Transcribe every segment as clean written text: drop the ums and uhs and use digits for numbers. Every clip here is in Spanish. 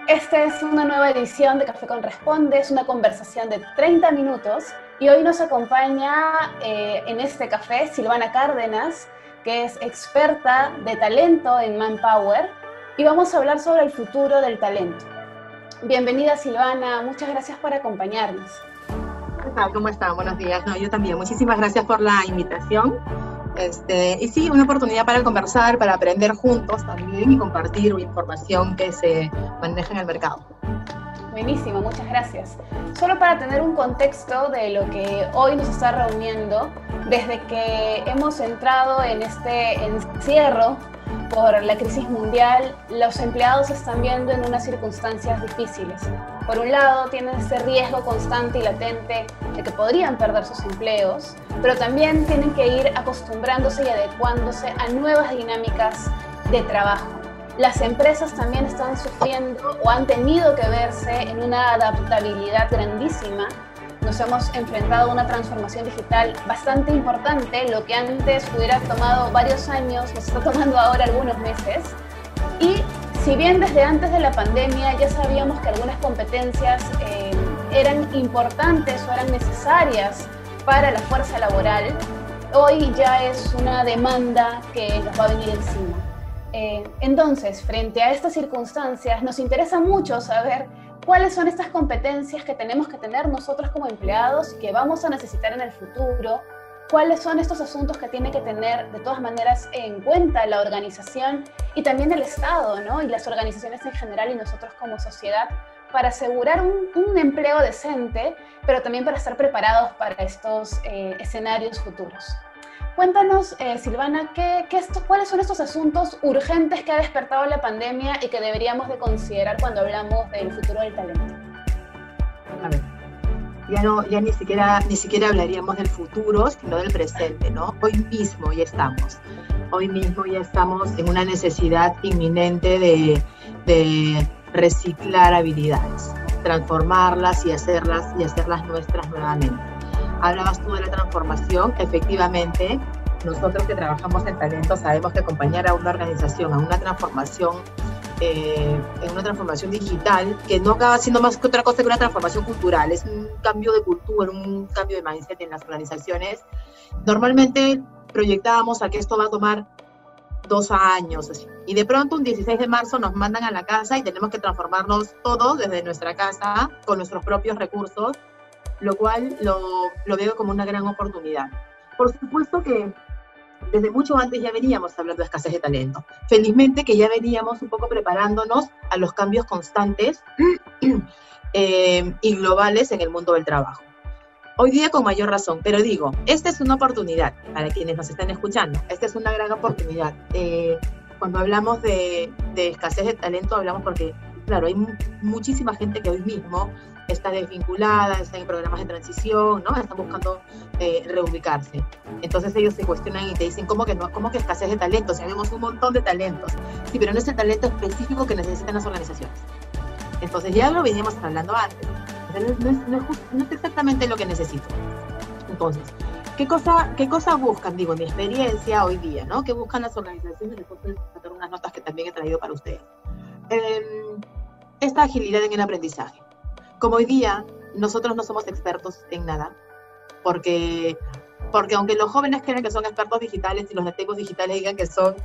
Esta es una nueva edición de Café con Responde, es una conversación de 30 minutos y hoy nos acompaña en este café Silvana Cárdenas, que es experta de talento en Manpower, y vamos a hablar sobre el futuro del talento. Bienvenida Silvana, muchas gracias por acompañarnos. ¿Qué tal? ¿Cómo están? Buenos días. No, yo también. Muchísimas gracias por la invitación. Y sí, una oportunidad para conversar, para aprender juntos también y compartir información que se maneja en el mercado. Buenísimo, muchas gracias. Solo para tener un contexto de lo que hoy nos está reuniendo, desde que hemos entrado en este encierro por la crisis mundial, los empleados se están viendo en unas circunstancias difíciles. Por un lado, tienen este riesgo constante y latente de que podrían perder sus empleos, pero también tienen que ir acostumbrándose y adecuándose a nuevas dinámicas de trabajo. Las empresas también están sufriendo o han tenido que verse en una adaptabilidad grandísima. Nos hemos enfrentado a una transformación digital bastante importante, lo que antes hubiera tomado varios años, nos está tomando ahora algunos meses. Y si bien desde antes de la pandemia ya sabíamos que algunas competencias eran importantes o eran necesarias para la fuerza laboral, hoy ya es una demanda que nos va a venir encima. Entonces, frente a estas circunstancias, nos interesa mucho saber cuáles son estas competencias que tenemos que tener nosotros como empleados y que vamos a necesitar en el futuro, cuáles son estos asuntos que tiene que tener de todas maneras en cuenta la organización y también el Estado, ¿no? Y las organizaciones en general y nosotros como sociedad para asegurar un empleo decente, pero también para estar preparados para estos escenarios futuros. Cuéntanos, Silvana, ¿cuáles son estos asuntos urgentes que ha despertado la pandemia y que deberíamos de considerar cuando hablamos del futuro del talento? A ver, ya ni siquiera hablaríamos del futuro, sino del presente, ¿no? Hoy mismo ya estamos en una necesidad inminente de reciclar habilidades, transformarlas y hacerlas nuestras nuevamente. Hablabas tú de la transformación. Efectivamente, nosotros que trabajamos en talento sabemos que acompañar a una organización a una transformación, en una transformación digital, que no acaba siendo más que otra cosa que una transformación cultural, es un cambio de cultura, un cambio de mindset en las organizaciones. Normalmente proyectábamos a que esto va a tomar 2 años, así. Y de pronto un 16 de marzo nos mandan a la casa y tenemos que transformarnos todos desde nuestra casa con nuestros propios recursos, lo cual lo veo como una gran oportunidad. Por supuesto que desde mucho antes ya veníamos hablando de escasez de talento. Felizmente que ya veníamos un poco preparándonos a los cambios constantes y globales en el mundo del trabajo. Hoy día con mayor razón, pero digo, esta es una oportunidad para quienes nos están escuchando. Esta es una gran oportunidad. Cuando hablamos de escasez de talento, hablamos porque, claro, hay muchísima gente que hoy mismo está desvinculada, está en programas de transición, ¿no? Están buscando reubicarse. Entonces ellos se cuestionan y te dicen, ¿cómo que escasez de talento? O sea, vemos un montón de talentos. Sí, pero no es el talento específico que necesitan las organizaciones. Entonces ya lo veníamos hablando antes. No es exactamente lo que necesito. Entonces, ¿qué cosa buscan? Digo, en mi experiencia hoy día, ¿no? ¿Qué buscan las organizaciones? Les puedo tratar unas notas que también he traído para ustedes. Esta agilidad en el aprendizaje. Como hoy día nosotros no somos expertos en nada, porque aunque los jóvenes creen que son expertos digitales y los nativos digitales digan que son,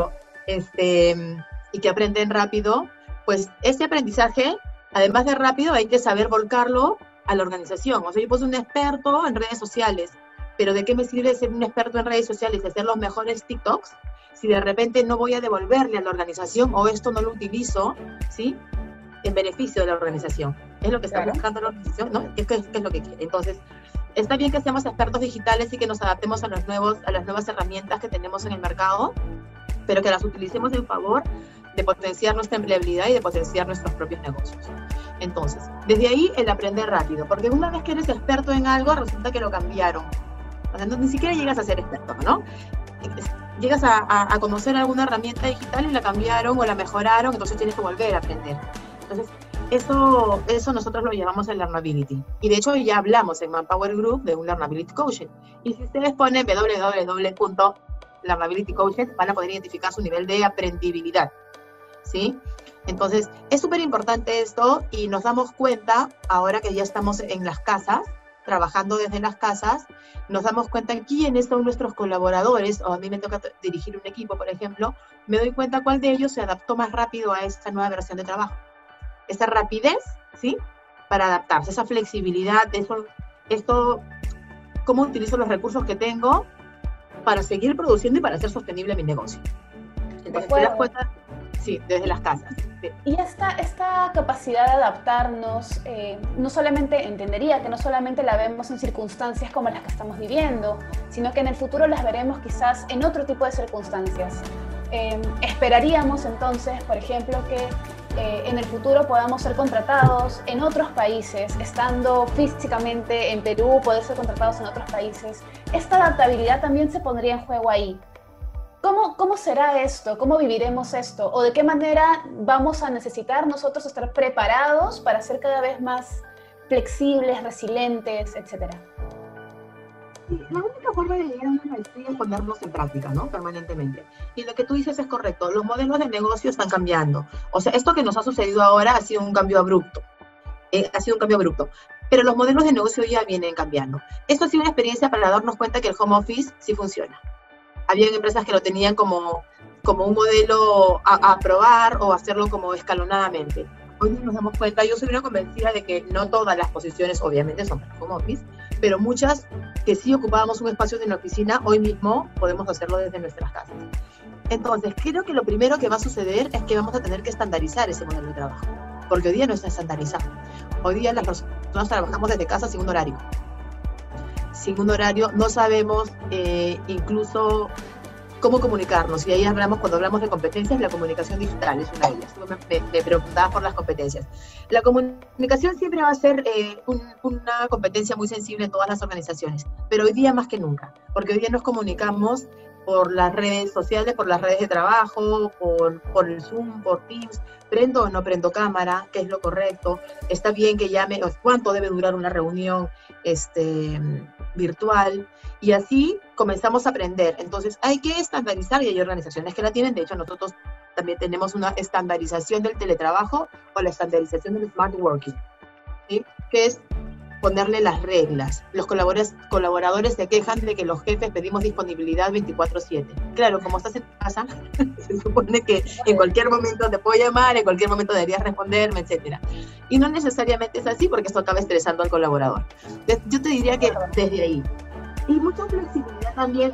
y que aprenden rápido, pues este aprendizaje, además de rápido, hay que saber volcarlo a la organización. O sea, yo puedo ser un experto en redes sociales, pero ¿de qué me sirve ser un experto en redes sociales y hacer los mejores TikToks si de repente no voy a devolverle a la organización o esto no lo utilizo, ¿sí?, en beneficio de la organización? Es lo que está buscando la organización, ¿no? ¿Qué es lo que quiere? Entonces, está bien que seamos expertos digitales y que nos adaptemos a las nuevas herramientas que tenemos en el mercado, pero que las utilicemos en favor de potenciar nuestra empleabilidad y de potenciar nuestros propios negocios. Entonces, desde ahí el aprender rápido, porque una vez que eres experto en algo, resulta que lo cambiaron. O sea, ni siquiera llegas a ser experto, ¿no? Llegas a conocer alguna herramienta digital y la cambiaron o la mejoraron, entonces tienes que volver a aprender. Entonces, eso nosotros lo llamamos el Learnability. Y de hecho ya hablamos en Manpower Group de un Learnability Coaching. Y si ustedes ponen www.learnability coaching, van a poder identificar su nivel de aprendibilidad, ¿sí? Entonces, es súper importante esto y nos damos cuenta, ahora que ya estamos en las casas, trabajando desde las casas, nos damos cuenta quiénes son nuestros colaboradores, o a mí me toca dirigir un equipo, por ejemplo, me doy cuenta cuál de ellos se adaptó más rápido a esta nueva versión de trabajo. Esa rapidez, ¿sí? Para adaptarse, esa flexibilidad, esto, cómo utilizo los recursos que tengo para seguir produciendo y para hacer sostenible mi negocio. Entonces, te das cuenta, sí, desde las casas. Sí. Y esta capacidad de adaptarnos, no solamente, entendería que no solamente la vemos en circunstancias como las que estamos viviendo, sino que en el futuro las veremos quizás en otro tipo de circunstancias. Esperaríamos entonces, por ejemplo, que en el futuro podamos ser contratados en otros países, estando físicamente en Perú, poder ser contratados en otros países. Esta adaptabilidad también se pondría en juego ahí. ¿Cómo será esto? ¿Cómo viviremos esto? ¿O de qué manera vamos a necesitar nosotros estar preparados para ser cada vez más flexibles, resilientes, etcétera? La única forma de llegar a una maestría es ponernos en práctica, ¿no? Permanentemente. Y lo que tú dices es correcto. Los modelos de negocio están cambiando. O sea, esto que nos ha sucedido ahora ha sido un cambio abrupto. Pero los modelos de negocio ya vienen cambiando. Esto ha sido una experiencia para darnos cuenta que el home office sí funciona. Habían empresas que lo tenían como un modelo a probar o hacerlo como escalonadamente. Hoy nos damos cuenta, yo soy una convencida de que no todas las posiciones obviamente son para home office, pero muchas que sí ocupábamos un espacio en la oficina, hoy mismo podemos hacerlo desde nuestras casas. Entonces, creo que lo primero que va a suceder es que vamos a tener que estandarizar ese modelo de trabajo, porque hoy día no está estandarizado. Hoy día las personas trabajamos desde casa sin un horario. Sin un horario, no sabemos incluso cómo comunicarnos. Y ahí cuando hablamos de competencias, la comunicación digital es una de ellas. Tú me preguntabas por las competencias. La comunicación siempre va a ser una competencia muy sensible en todas las organizaciones, pero hoy día más que nunca, porque hoy día nos comunicamos por las redes sociales, por las redes de trabajo, por el Zoom, por Teams. ¿Prendo o no prendo cámara? ¿Qué es lo correcto? ¿Está bien que llame? ¿Cuánto debe durar una reunión virtual? Y así comenzamos a aprender. Entonces hay que estandarizar, y hay organizaciones que la tienen. De hecho, nosotros también tenemos una estandarización del teletrabajo o la estandarización del smart working, ¿sí? Que es ponerle las reglas. Los colaboradores se quejan de que los jefes pedimos disponibilidad 24/7. Claro, como estás en tu casa, se supone que en cualquier momento te puedo llamar, en cualquier momento deberías responderme, etc. Y no necesariamente es así, porque esto acaba estresando al colaborador. Yo te diría que desde ahí. Y mucha flexibilidad también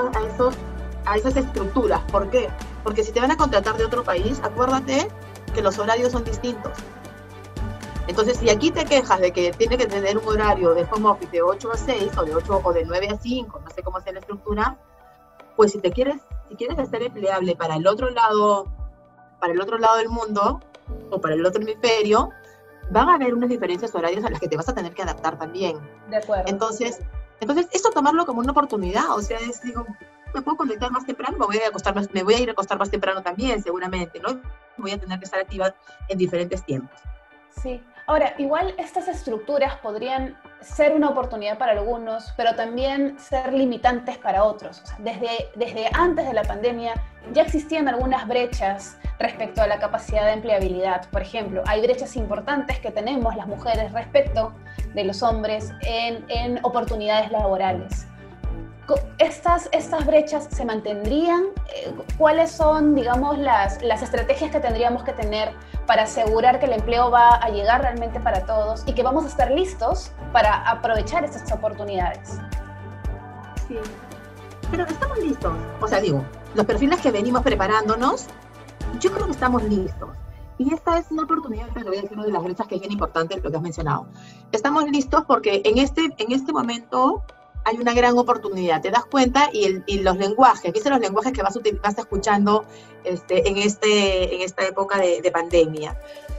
a esas estructuras. ¿Por qué? Porque si te van a contratar de otro país, acuérdate que los horarios son distintos. Entonces, si aquí te quejas de que tiene que tener un horario de home office de 8 a 6 o de 9 a 5, no sé cómo sea la estructura, pues si quieres ser empleable para el otro lado del mundo o para el otro hemisferio, van a haber unas diferencias horarias a las que te vas a tener que adaptar también. De acuerdo. Entonces esto tomarlo como una oportunidad, o sea, digo, me puedo conectar más temprano, me voy a ir a acostar más temprano también, seguramente, ¿no? Voy a tener que estar activa en diferentes tiempos. Sí. Ahora, igual estas estructuras podrían ser una oportunidad para algunos, pero también ser limitantes para otros. O sea, desde antes de la pandemia ya existían algunas brechas respecto a la capacidad de empleabilidad. Por ejemplo, hay brechas importantes que tenemos las mujeres respecto de los hombres en oportunidades laborales. ¿Estas brechas se mantendrían? ¿Cuáles son, digamos, las estrategias que tendríamos que tener para asegurar que el empleo va a llegar realmente para todos y que vamos a estar listos para aprovechar estas oportunidades? Sí, pero estamos listos. O sea, digo, los perfiles que venimos preparándonos, yo creo que estamos listos. Y esta es una oportunidad, te voy a decir una de las brechas que es bien importante, lo que has mencionado. Estamos listos porque en este momento hay una gran oportunidad, te das cuenta, y los lenguajes, ¿viste los lenguajes que vas escuchando en esta época de pandemia?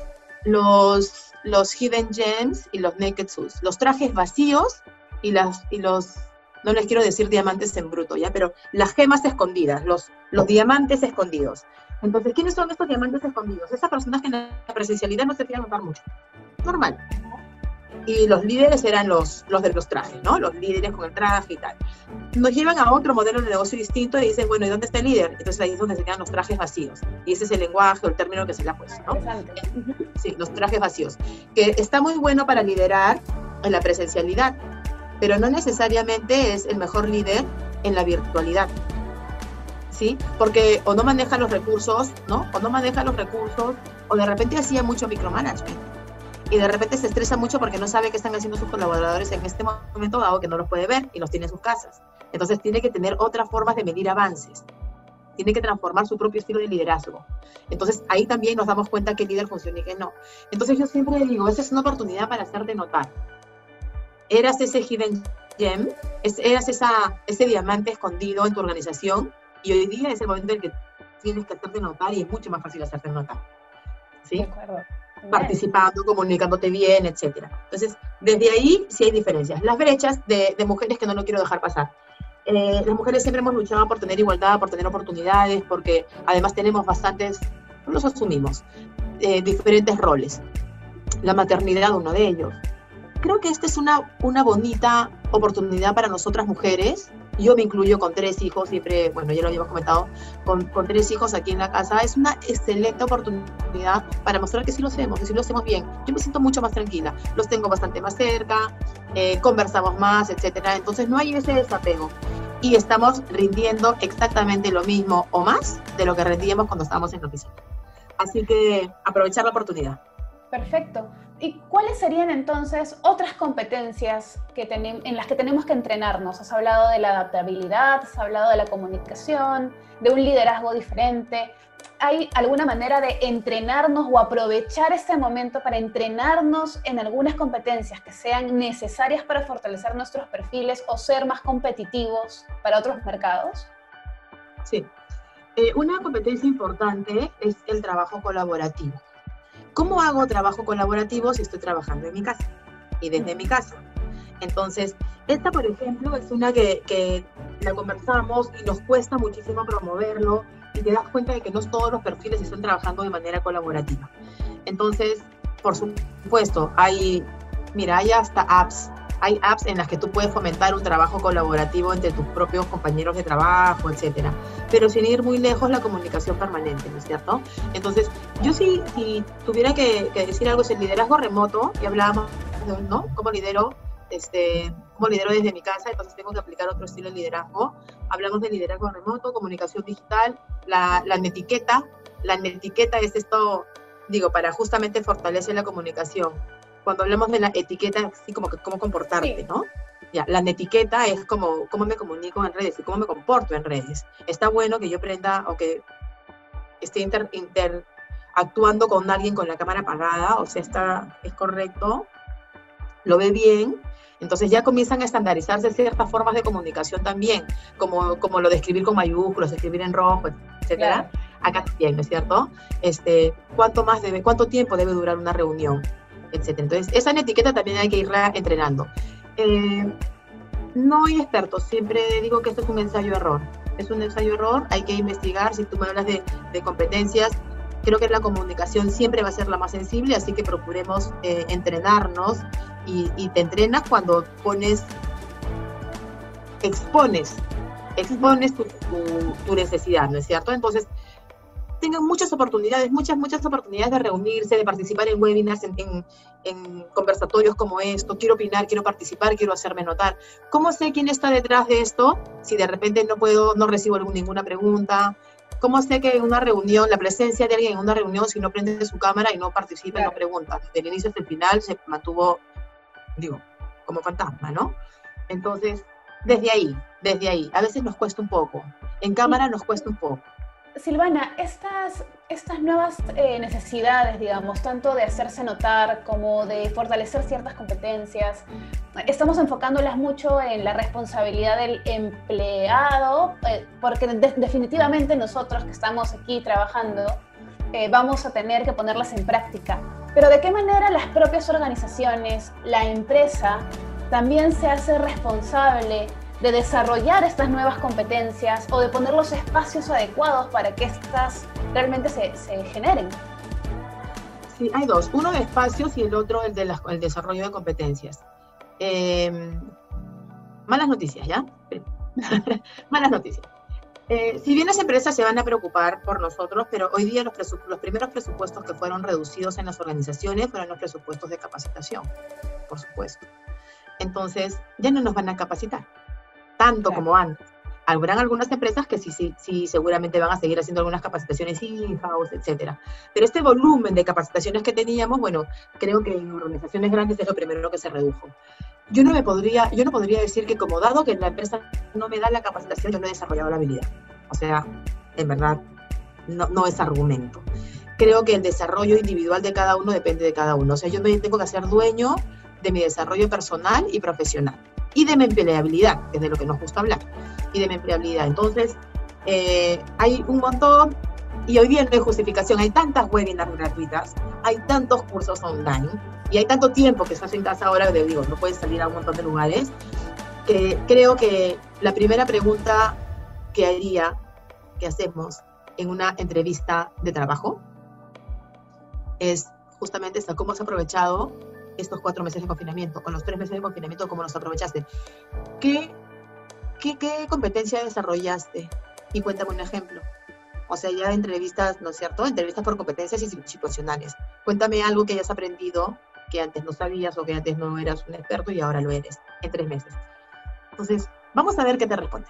Los hidden gems y los naked suits, los trajes vacíos y los no les quiero decir diamantes en bruto, ¿ya? Pero las gemas escondidas, los diamantes escondidos. Entonces, ¿quiénes son estos diamantes escondidos? Esas personas que en la presencialidad no se quieren notar mucho. Normal. y los líderes eran los de los trajes, ¿no? Los líderes con el traje y tal. Nos llevan a otro modelo de negocio distinto y dicen, bueno, ¿y dónde está el líder? Entonces ahí es donde se quedan los trajes vacíos. Y ese es el lenguaje o el término que se le ha puesto, ¿no? Sí, los trajes vacíos. Que está muy bueno para liderar en la presencialidad, pero no necesariamente es el mejor líder en la virtualidad, ¿sí? Porque o no maneja los recursos, ¿no? O no maneja los recursos, o de repente hacía mucho micromanagement. Y de repente se estresa mucho porque no sabe qué están haciendo sus colaboradores en este momento dado que no los puede ver y los tiene en sus casas. Entonces tiene que tener otras formas de medir avances. Tiene que transformar su propio estilo de liderazgo. Entonces ahí también nos damos cuenta que el líder funciona y que no. Entonces yo siempre digo, esa es una oportunidad para hacerte notar. Eras ese hidden gem, eras ese diamante escondido en tu organización y hoy día es el momento en que tienes que hacerte notar y es mucho más fácil hacerte notar. ¿Sí? De acuerdo. Participando, comunicándote bien, etcétera. Entonces, desde ahí sí hay diferencias. Las brechas de mujeres que no lo quiero dejar pasar. Las mujeres siempre hemos luchado por tener igualdad, por tener oportunidades, porque además tenemos bastantes, no los asumimos, diferentes roles. La maternidad, uno de ellos. Creo que esta es una bonita oportunidad para nosotras mujeres. Yo me incluyo con 3 hijos, siempre, bueno, ya lo habíamos comentado, con 3 hijos aquí en la casa. Es una excelente oportunidad para mostrar que sí lo hacemos, que sí lo hacemos bien. Yo me siento mucho más tranquila, los tengo bastante más cerca, conversamos más, etcétera. Entonces no hay ese desapego. Y estamos rindiendo exactamente lo mismo o más de lo que rendíamos cuando estábamos en la oficina. Así que aprovechar la oportunidad. Perfecto. ¿Y cuáles serían entonces otras competencias en las que tenemos que entrenarnos? Has hablado de la adaptabilidad, has hablado de la comunicación, de un liderazgo diferente. ¿Hay alguna manera de entrenarnos o aprovechar este momento para entrenarnos en algunas competencias que sean necesarias para fortalecer nuestros perfiles o ser más competitivos para otros mercados? Sí. Una competencia importante es el trabajo colaborativo. ¿Cómo hago trabajo colaborativo si estoy trabajando en mi casa y desde mi casa? Entonces, esta, por ejemplo, es una que la conversamos y nos cuesta muchísimo promoverlo y te das cuenta de que no todos los perfiles están trabajando de manera colaborativa. Entonces, por supuesto, hay hasta apps. Hay apps en las que tú puedes fomentar un trabajo colaborativo entre tus propios compañeros de trabajo, etcétera. Pero sin ir muy lejos, la comunicación permanente, ¿no es cierto? Entonces, yo si tuviera que decir algo, es el liderazgo remoto, que hablábamos, ¿no? ¿Cómo lidero desde mi casa? Entonces tengo que aplicar otro estilo de liderazgo. Hablamos de liderazgo remoto, comunicación digital, la netiqueta. La netiqueta es esto, para justamente fortalecer la comunicación. Cuando hablamos de la etiqueta, así como que cómo comportarte, sí, ¿no? Ya, la netiqueta es como cómo me comunico en redes y cómo me comporto en redes. Está bueno que yo aprenda o que esté interactuando con alguien con la cámara apagada, o sea, es correcto, lo ve bien. Entonces ya comienzan a estandarizarse ciertas formas de comunicación también, como lo de escribir con mayúsculas, escribir en rojo, etcétera. Claro. Acá también, ¿no es cierto? ¿Cuánto tiempo debe durar una reunión? Etcétera. Entonces, esa etiqueta también hay que irla entrenando. No hay expertos, siempre digo que esto es un ensayo-error. Es un ensayo-error, hay que investigar. Si tú me hablas de competencias, creo que la comunicación siempre va a ser la más sensible, así que procuremos entrenarnos y te entrenas cuando expones tu necesidad, ¿no es cierto? Entonces, tengan muchas oportunidades de reunirse, de participar en webinars, en conversatorios como esto. Quiero opinar, quiero participar, quiero hacerme notar. ¿Cómo sé quién está detrás de esto? Si de repente no recibo ninguna pregunta. ¿Cómo sé que en una reunión, la presencia de alguien en una reunión, si no prende su cámara y no participa y no pregunta? Desde el inicio hasta el final se mantuvo, como fantasma, ¿no? Entonces, desde ahí. A veces nos cuesta un poco. En cámara nos cuesta un poco. Silvana, estas nuevas necesidades, tanto de hacerse notar como de fortalecer ciertas competencias, estamos enfocándolas mucho en la responsabilidad del empleado, porque definitivamente nosotros que estamos aquí trabajando vamos a tener que ponerlas en práctica. Pero ¿de qué manera las propias organizaciones, la empresa, también se hace responsable de desarrollar estas nuevas competencias o de poner los espacios adecuados para que estas realmente se generen? Sí, hay dos. Uno de espacios y el otro el desarrollo de competencias. Malas noticias, ¿ya? Malas noticias. Si bien las empresas se van a preocupar por nosotros, pero hoy día los primeros presupuestos que fueron reducidos en las organizaciones fueron los presupuestos de capacitación, por supuesto. Entonces, ya no nos van a capacitar, tanto como antes. Habrán algunas empresas que sí, seguramente van a seguir haciendo algunas capacitaciones in-house, etcétera. Pero este volumen de capacitaciones que teníamos, bueno, creo que en organizaciones grandes es lo primero que se redujo. Yo no podría decir que como dado que la empresa no me da la capacitación, yo no he desarrollado la habilidad. O sea, en verdad, no es argumento. Creo que el desarrollo individual de cada uno depende de cada uno. O sea, yo me tengo que hacer dueño de mi desarrollo personal y profesional. Y de mi empleabilidad, que es de lo que nos gusta hablar. Y de mi empleabilidad. Entonces, hay un montón, y hoy día no hay justificación. Hay tantas webinars gratuitas, hay tantos cursos online, y hay tanto tiempo que estás en casa ahora, no puedes salir a un montón de lugares, que creo que la primera pregunta que hacemos en una entrevista de trabajo, es justamente esta: ¿cómo has aprovechado estos 4 meses de confinamiento? O los 3 meses de confinamiento, ¿cómo los aprovechaste? ¿Qué competencia desarrollaste? Y cuéntame un ejemplo. O sea, ya entrevistas, ¿no es cierto? Entrevistas por competencias y situacionales. Cuéntame algo que hayas aprendido que antes no sabías o que antes no eras un experto y ahora lo eres en 3 meses. Entonces, vamos a ver qué te responde.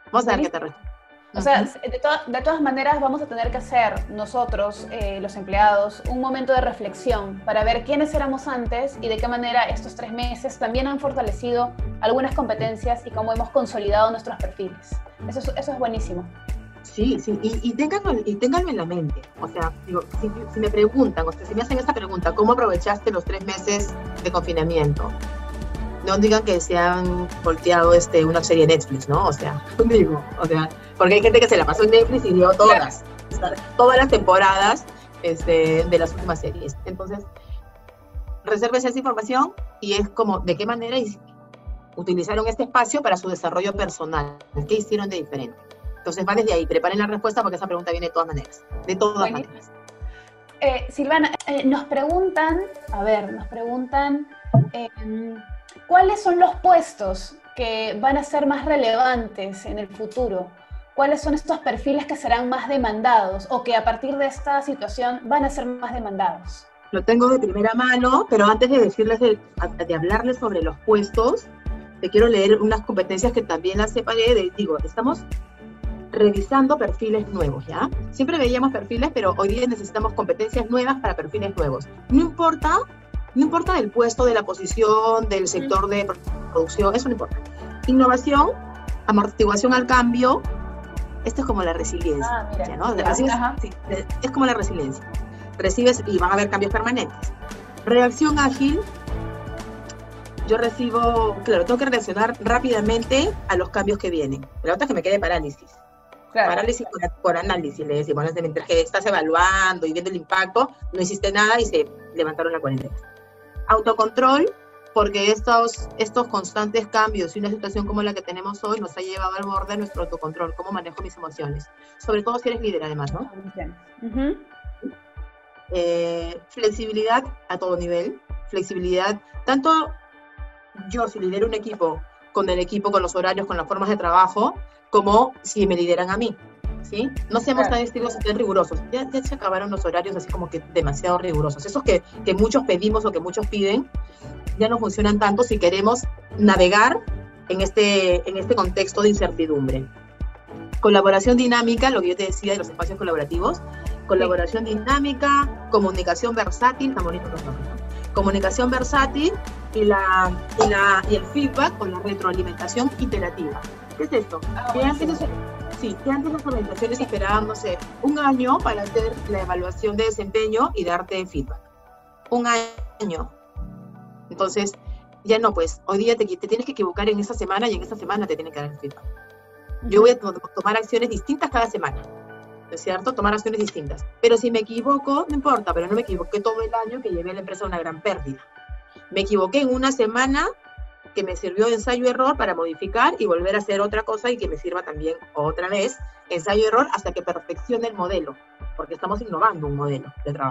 O sea, de todas maneras vamos a tener que hacer nosotros, los empleados, un momento de reflexión para ver quiénes éramos antes y de qué manera estos 3 meses también han fortalecido algunas competencias y cómo hemos consolidado nuestros perfiles. Eso es buenísimo. Sí, y ténganlo en la mente. O sea, si me preguntan, o sea, si me hacen esta pregunta, ¿cómo aprovechaste los 3 meses de confinamiento? No digan que se han volteado una serie de Netflix, ¿no? O sea, porque hay gente que se la pasó en Netflix y vio todas las temporadas de las últimas series. Entonces, resérvese esa información y es como, ¿de qué manera utilizaron este espacio para su desarrollo personal? ¿Qué hicieron de diferente? Entonces, va desde ahí. Preparen la respuesta porque esa pregunta viene de todas maneras. De todas maneras. Silvana, nos preguntan, ¿cuáles son los puestos que van a ser más relevantes en el futuro? ¿Cuáles son estos perfiles que serán más demandados o que a partir de esta situación van a ser más demandados? Lo tengo de primera mano, pero antes de decirles, de hablarles sobre los puestos, te quiero leer unas competencias que también las separé. Estamos revisando perfiles nuevos, ¿ya? Siempre veíamos perfiles, pero hoy día necesitamos competencias nuevas para perfiles nuevos. No importa el puesto, de la posición, del sector de producción, eso no importa. Innovación, amortiguación al cambio, esto es como la resiliencia, ¿no? Es como la resiliencia. Recibes y van a haber cambios permanentes. Reacción ágil, yo tengo que reaccionar rápidamente a los cambios que vienen. La otra es que me quede parálisis. Claro. Parálisis por análisis, le decimos, mientras que estás evaluando y viendo el impacto, no hiciste nada y se levantaron la cuarentena. Autocontrol, porque estos constantes cambios y una situación como la que tenemos hoy nos ha llevado al borde de nuestro autocontrol, cómo manejo mis emociones, sobre todo si eres líder además, ¿no? Flexibilidad a todo nivel, flexibilidad, tanto yo si lidero un equipo, con los horarios, con las formas de trabajo, como si me lideran a mí, ¿sí? No seamos tan estrictos y tan rigurosos. Ya se acabaron los horarios así como que demasiado rigurosos. Esos que muchos pedimos o que muchos piden, ya no funcionan tanto si queremos navegar en este contexto de incertidumbre. Colaboración dinámica, lo que yo te decía de los espacios colaborativos. Colaboración dinámica, comunicación versátil, tan bonito los nombres, ¿no? Comunicación versátil y el feedback o la retroalimentación iterativa. ¿Qué es esto? Que antes las organizaciones esperaban, no sé, 1 año para hacer la evaluación de desempeño y darte feedback. 1 año. Entonces, ya no, pues, hoy día te tienes que equivocar en esa semana y en esa semana te tienen que dar el feedback. Yo voy a tomar acciones distintas cada semana, ¿no es cierto? Tomar acciones distintas. Pero si me equivoco, no importa, pero no me equivoqué todo el año que llevé a la empresa a una gran pérdida. Me equivoqué en 1 semana que me sirvió de ensayo-error para modificar y volver a hacer otra cosa y que me sirva también otra vez ensayo-error hasta que perfeccione el modelo, porque estamos innovando un modelo de trabajo.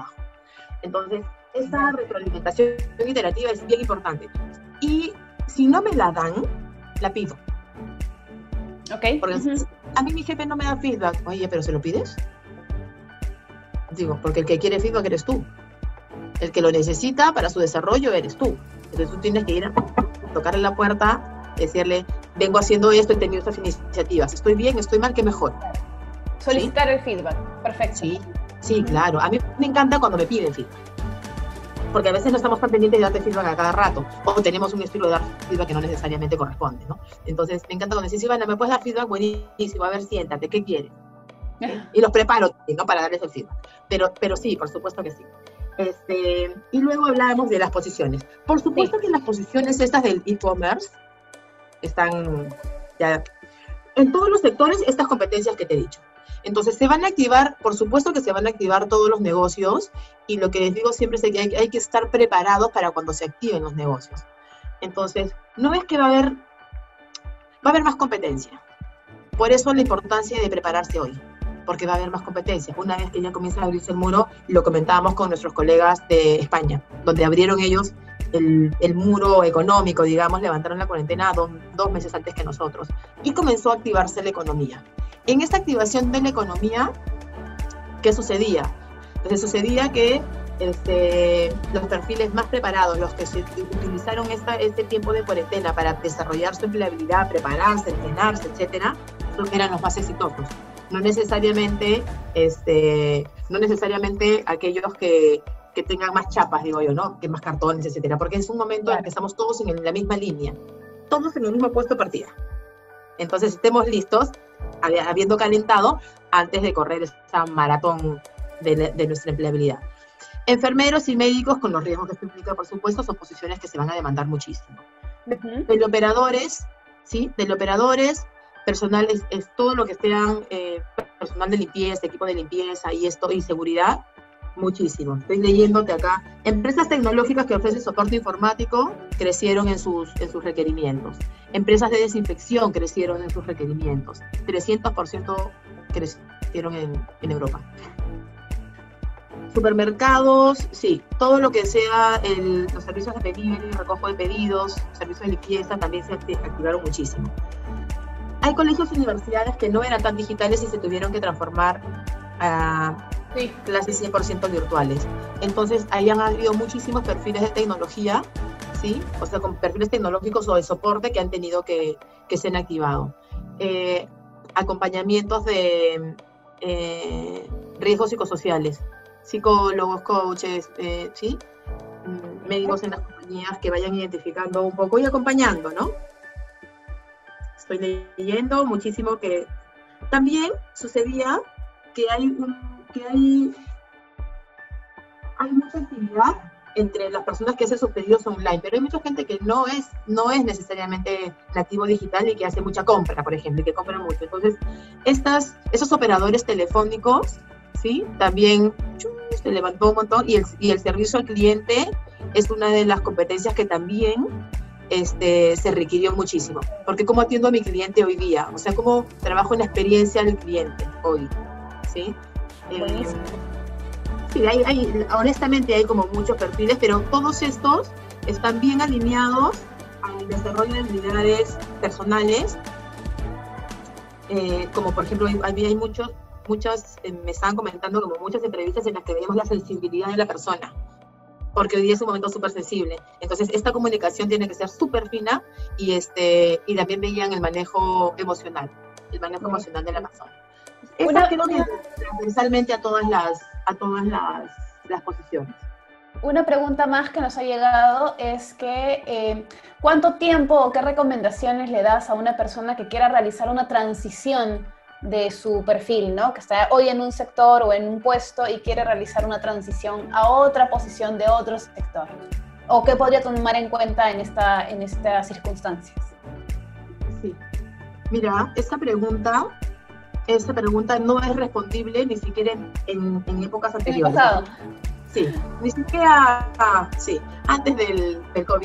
Entonces, esa retroalimentación iterativa es bien importante. Y si no me la dan, la pido. Ok. Porque a mí mi jefe no me da feedback. Oye, ¿pero se lo pides? Digo, porque el que quiere feedback eres tú. El que lo necesita para su desarrollo eres tú. Entonces tú tienes que ir a tocarle la puerta, decirle, vengo haciendo esto, he tenido estas iniciativas. ¿Estoy bien? ¿Estoy mal? ¿Qué mejor? Solicitar el feedback. Perfecto. Sí, claro. A mí me encanta cuando me piden feedback. Porque a veces no estamos tan pendientes de darte feedback a cada rato, o tenemos un estilo de dar feedback que no necesariamente corresponde, ¿no? Entonces, me encanta cuando decís, Ivana, ¿me puedes dar feedback? Buenísimo, a ver, siéntate, ¿qué quieres? ¿Sí? Y los preparo, ¿no? Para darles el feedback. Pero sí, por supuesto que sí. Y luego hablábamos de las posiciones. Por supuesto que las posiciones estas del e-commerce están ya en todos los sectores, estas competencias que te he dicho. Entonces, se van a activar, por supuesto que se van a activar todos los negocios, y lo que les digo siempre es que hay que estar preparados para cuando se activen los negocios. Entonces, no es que va a haber más competencia. Por eso la importancia de prepararse hoy, porque va a haber más competencia. Una vez que ya comienza a abrirse el muro, lo comentábamos con nuestros colegas de España, donde abrieron ellos el muro económico, digamos, levantaron la cuarentena dos meses antes que nosotros, y comenzó a activarse la economía. En esta activación de la economía, ¿qué sucedía? Entonces sucedía que los perfiles más preparados, los que se utilizaron este tiempo de cuarentena para desarrollar su empleabilidad, prepararse, entrenarse, etcétera, eran los más exitosos. No necesariamente aquellos que tengan más chapas, digo yo, ¿no? Que más cartones, etcétera, porque es un momento en el que estamos todos en la misma línea, todos en el mismo puesto de partida. Entonces estemos listos, habiendo calentado, antes de correr esa maratón de nuestra empleabilidad. Enfermeros y médicos, con los riesgos que esto implica, por supuesto, son posiciones que se van a demandar muchísimo. Teleoperadores, ¿sí? Teleoperadores, personales, es todo lo que sean personal de limpieza, equipo de limpieza y seguridad, muchísimo. Estoy leyéndote acá. Empresas tecnológicas que ofrecen soporte informático crecieron en sus requerimientos. Empresas de desinfección crecieron en sus requerimientos. 300% crecieron en Europa. Supermercados, sí, todo lo que sea los servicios de delivery, recojo de pedidos, servicios de limpieza también se activaron muchísimo. Hay colegios y universidades que no eran tan digitales y se tuvieron que transformar a clases 100% virtuales. Entonces, ahí han habido muchísimos perfiles de tecnología, ¿sí? O sea, con perfiles tecnológicos o de soporte que han tenido que ser activados. Acompañamientos de riesgos psicosociales, psicólogos, coaches, ¿sí? Médicos en las compañías que vayan identificando un poco y acompañando, ¿no? Estoy leyendo muchísimo que también sucedía que hay mucha actividad entre las personas que hacen sus pedidos online, pero hay mucha gente que no es necesariamente nativo digital y que hace mucha compra, por ejemplo, y que compra mucho. Entonces, esos operadores telefónicos, ¿sí? También se levantó un montón, y el servicio al cliente es una de las competencias que también se requirió muchísimo, porque cómo atiendo a mi cliente hoy día, o sea, cómo trabajo en la experiencia del cliente hoy, ¿sí? Sí, honestamente hay como muchos perfiles, pero todos estos están bien alineados al desarrollo de habilidades personales, como por ejemplo hay muchas, me estaban comentando como muchas entrevistas en las que vemos la sensibilidad de la persona, porque hoy día es un momento súper sensible. Entonces, esta comunicación tiene que ser súper fina y también veían el manejo emocional de la persona. Esta creo que transversalmente a todas las posiciones. Una pregunta más que nos ha llegado es que ¿cuánto tiempo o qué recomendaciones le das a una persona que quiera realizar una transición de su perfil, ¿no? Que está hoy en un sector o en un puesto y quiere realizar una transición a otra posición de otro sector? ¿O qué podría tomar en cuenta en estas circunstancias? Sí. Mira, esta pregunta no es respondible ni siquiera en épocas anteriores. ¿En el pasado? Sí, ni siquiera antes del COVID.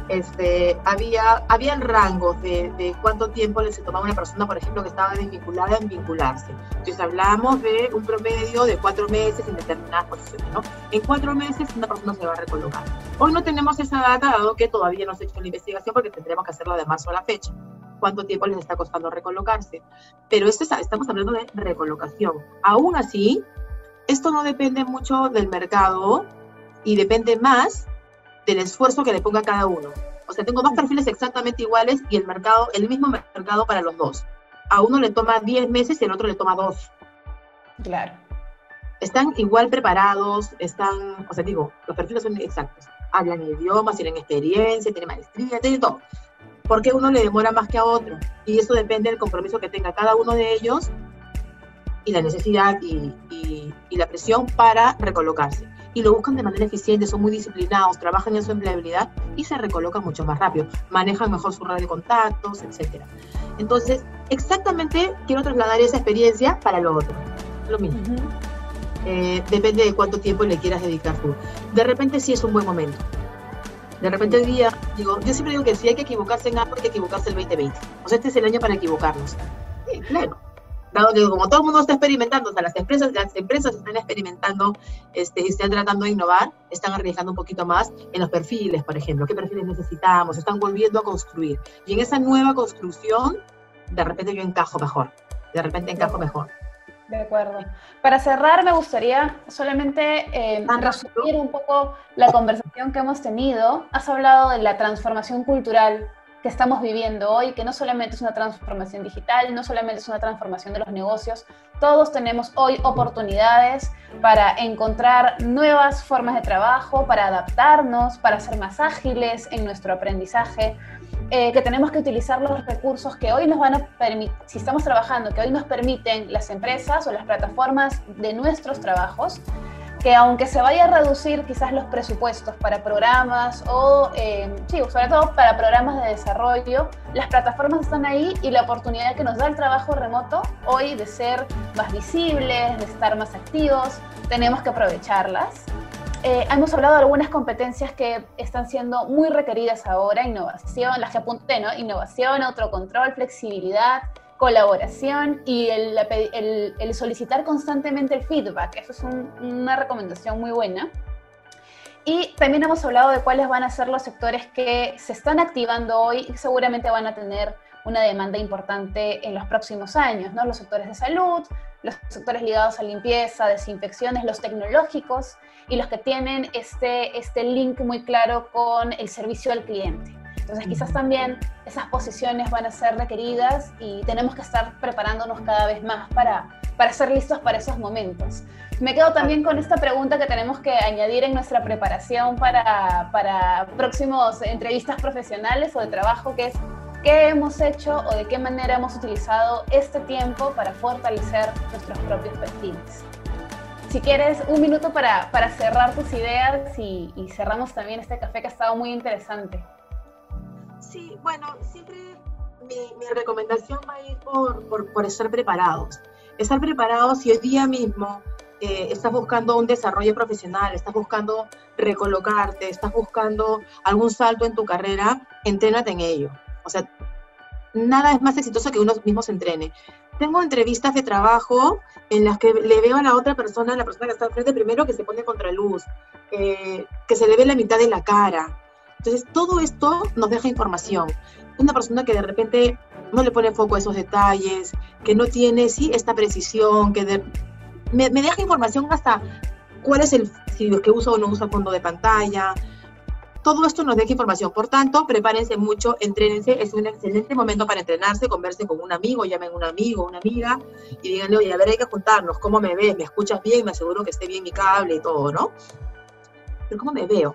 habían rangos de cuánto tiempo se tomaba una persona, por ejemplo, que estaba desvinculada en vincularse. Entonces hablábamos de un promedio de 4 meses en determinadas posiciones, ¿no? En 4 meses una persona se va a recolocar. Hoy no tenemos esa data, dado que todavía no se ha hecho la investigación, porque tendremos que hacerlo de marzo a la fecha. ¿Cuánto tiempo les está costando recolocarse? Pero estamos hablando de recolocación. Aún así, esto no depende mucho del mercado y depende más del esfuerzo que le ponga cada uno. O sea, tengo 2 perfiles exactamente iguales y el mismo mercado para los 2. A uno le toma 10 meses y al otro le toma 2. Claro. Están igual preparados, los perfiles son exactos. Hablan idiomas, tienen experiencia, tienen maestría, tienen todo. ¿Por qué uno le demora más que a otro? Y eso depende del compromiso que tenga cada uno de ellos y la necesidad y la presión para recolocarse. Y lo buscan de manera eficiente, son muy disciplinados, trabajan en su empleabilidad y se recolocan mucho más rápido, manejan mejor su red de contactos, etc. Entonces, exactamente quiero trasladar esa experiencia para lo otro, lo mismo. Depende de cuánto tiempo le quieras dedicar tú. De repente sí es un buen momento. De repente hoy día, yo siempre digo que si hay que equivocarse en algo, hay que equivocarse el 2020. O sea, este es el año para equivocarnos. Sí, claro. Dado que como todo el mundo está experimentando, o sea, las empresas están experimentando y están tratando de innovar, están arriesgando un poquito más en los perfiles, por ejemplo. ¿Qué perfiles necesitamos? Están volviendo a construir. Y en esa nueva construcción, de repente yo encajo mejor. De acuerdo. Para cerrar, me gustaría solamente resumir un poco la conversación que hemos tenido. Has hablado de la transformación cultural que estamos viviendo hoy, que no solamente es una transformación digital, no solamente es una transformación de los negocios, todos tenemos hoy oportunidades para encontrar nuevas formas de trabajo, para adaptarnos, para ser más ágiles en nuestro aprendizaje, que tenemos que utilizar los recursos que hoy nos van a permitir, si estamos trabajando, que hoy nos permiten las empresas o las plataformas de nuestros trabajos, que aunque se vaya a reducir quizás los presupuestos para programas o, sobre todo para programas de desarrollo, las plataformas están ahí y la oportunidad que nos da el trabajo remoto hoy de ser más visibles, de estar más activos, tenemos que aprovecharlas. Hemos hablado de algunas competencias que están siendo muy requeridas ahora, innovación, las que apunté, ¿no? Innovación, autocontrol, flexibilidad, colaboración y el solicitar constantemente el feedback. Eso es una recomendación muy buena. Y también hemos hablado de cuáles van a ser los sectores que se están activando hoy y seguramente van a tener una demanda importante en los próximos años, ¿no? Los sectores de salud, los sectores ligados a limpieza, desinfecciones, los tecnológicos y los que tienen este link muy claro con el servicio al cliente. Entonces quizás también esas posiciones van a ser requeridas y tenemos que estar preparándonos cada vez más para ser listos para esos momentos. Me quedo también con esta pregunta que tenemos que añadir en nuestra preparación para próximos entrevistas profesionales o de trabajo, que es ¿qué hemos hecho o de qué manera hemos utilizado este tiempo para fortalecer nuestros propios perfiles? Si quieres, un minuto para cerrar tus ideas y cerramos también este café que ha estado muy interesante. Sí, bueno, siempre mi recomendación va a ir por estar preparados. Estar preparados si hoy día mismo estás buscando un desarrollo profesional, estás buscando recolocarte, estás buscando algún salto en tu carrera, entrénate en ello. O sea, nada es más exitoso que uno mismo se entrene. Tengo entrevistas de trabajo en las que le veo a la otra persona, la persona que está enfrente, primero que se pone contraluz, que se le ve la mitad de la cara. Entonces, todo esto nos deja información. Una persona que de repente no le pone foco a esos detalles, que no tiene, esta precisión, me deja información hasta cuál es si es que usa o no usa fondo de pantalla. Todo esto nos deja información. Por tanto, prepárense mucho, entrénense. Es un excelente momento para entrenarse, conversen con un amigo, llamen a un amigo, una amiga, y díganle, oye, a ver, hay que juntarnos. ¿Cómo me ves? ¿Me escuchas bien? Me aseguro que esté bien mi cable y todo, ¿no? Pero ¿cómo me veo?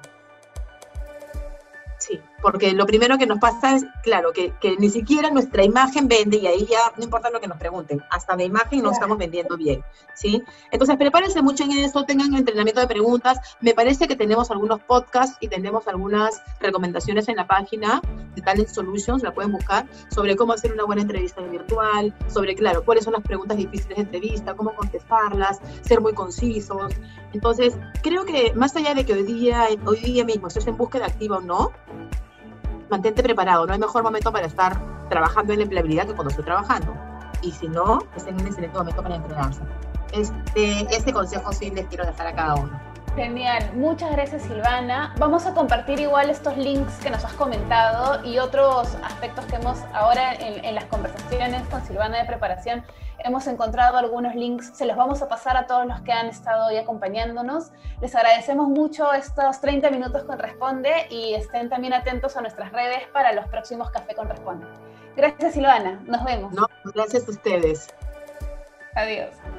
Sí, porque lo primero que nos pasa es, claro, que ni siquiera nuestra imagen vende y ahí ya no importa lo que nos pregunten, hasta la imagen no estamos vendiendo bien, ¿sí? Entonces prepárense mucho en eso, tengan entrenamiento de preguntas. Me parece que tenemos algunos podcasts y tenemos algunas recomendaciones en la página de Talent Solutions, la pueden buscar, sobre cómo hacer una buena entrevista virtual, sobre, claro, cuáles son las preguntas difíciles de entrevista, cómo contestarlas, ser muy concisos. Entonces, creo que más allá de que hoy día mismo estés en búsqueda activa o no, mantente preparado. No hay mejor momento para estar trabajando en la empleabilidad que cuando estoy trabajando. Y si no, es en un excelente momento para entrenarse. Este consejo sí les quiero dejar a cada uno. Genial, muchas gracias Silvana. Vamos a compartir igual estos links que nos has comentado y otros aspectos que hemos ahora en las conversaciones con Silvana de preparación. Hemos encontrado algunos links, se los vamos a pasar a todos los que han estado hoy acompañándonos. Les agradecemos mucho estos 30 minutos con Responde y estén también atentos a nuestras redes para los próximos Café con Responde. Gracias Silvana, nos vemos. No, gracias a ustedes. Adiós.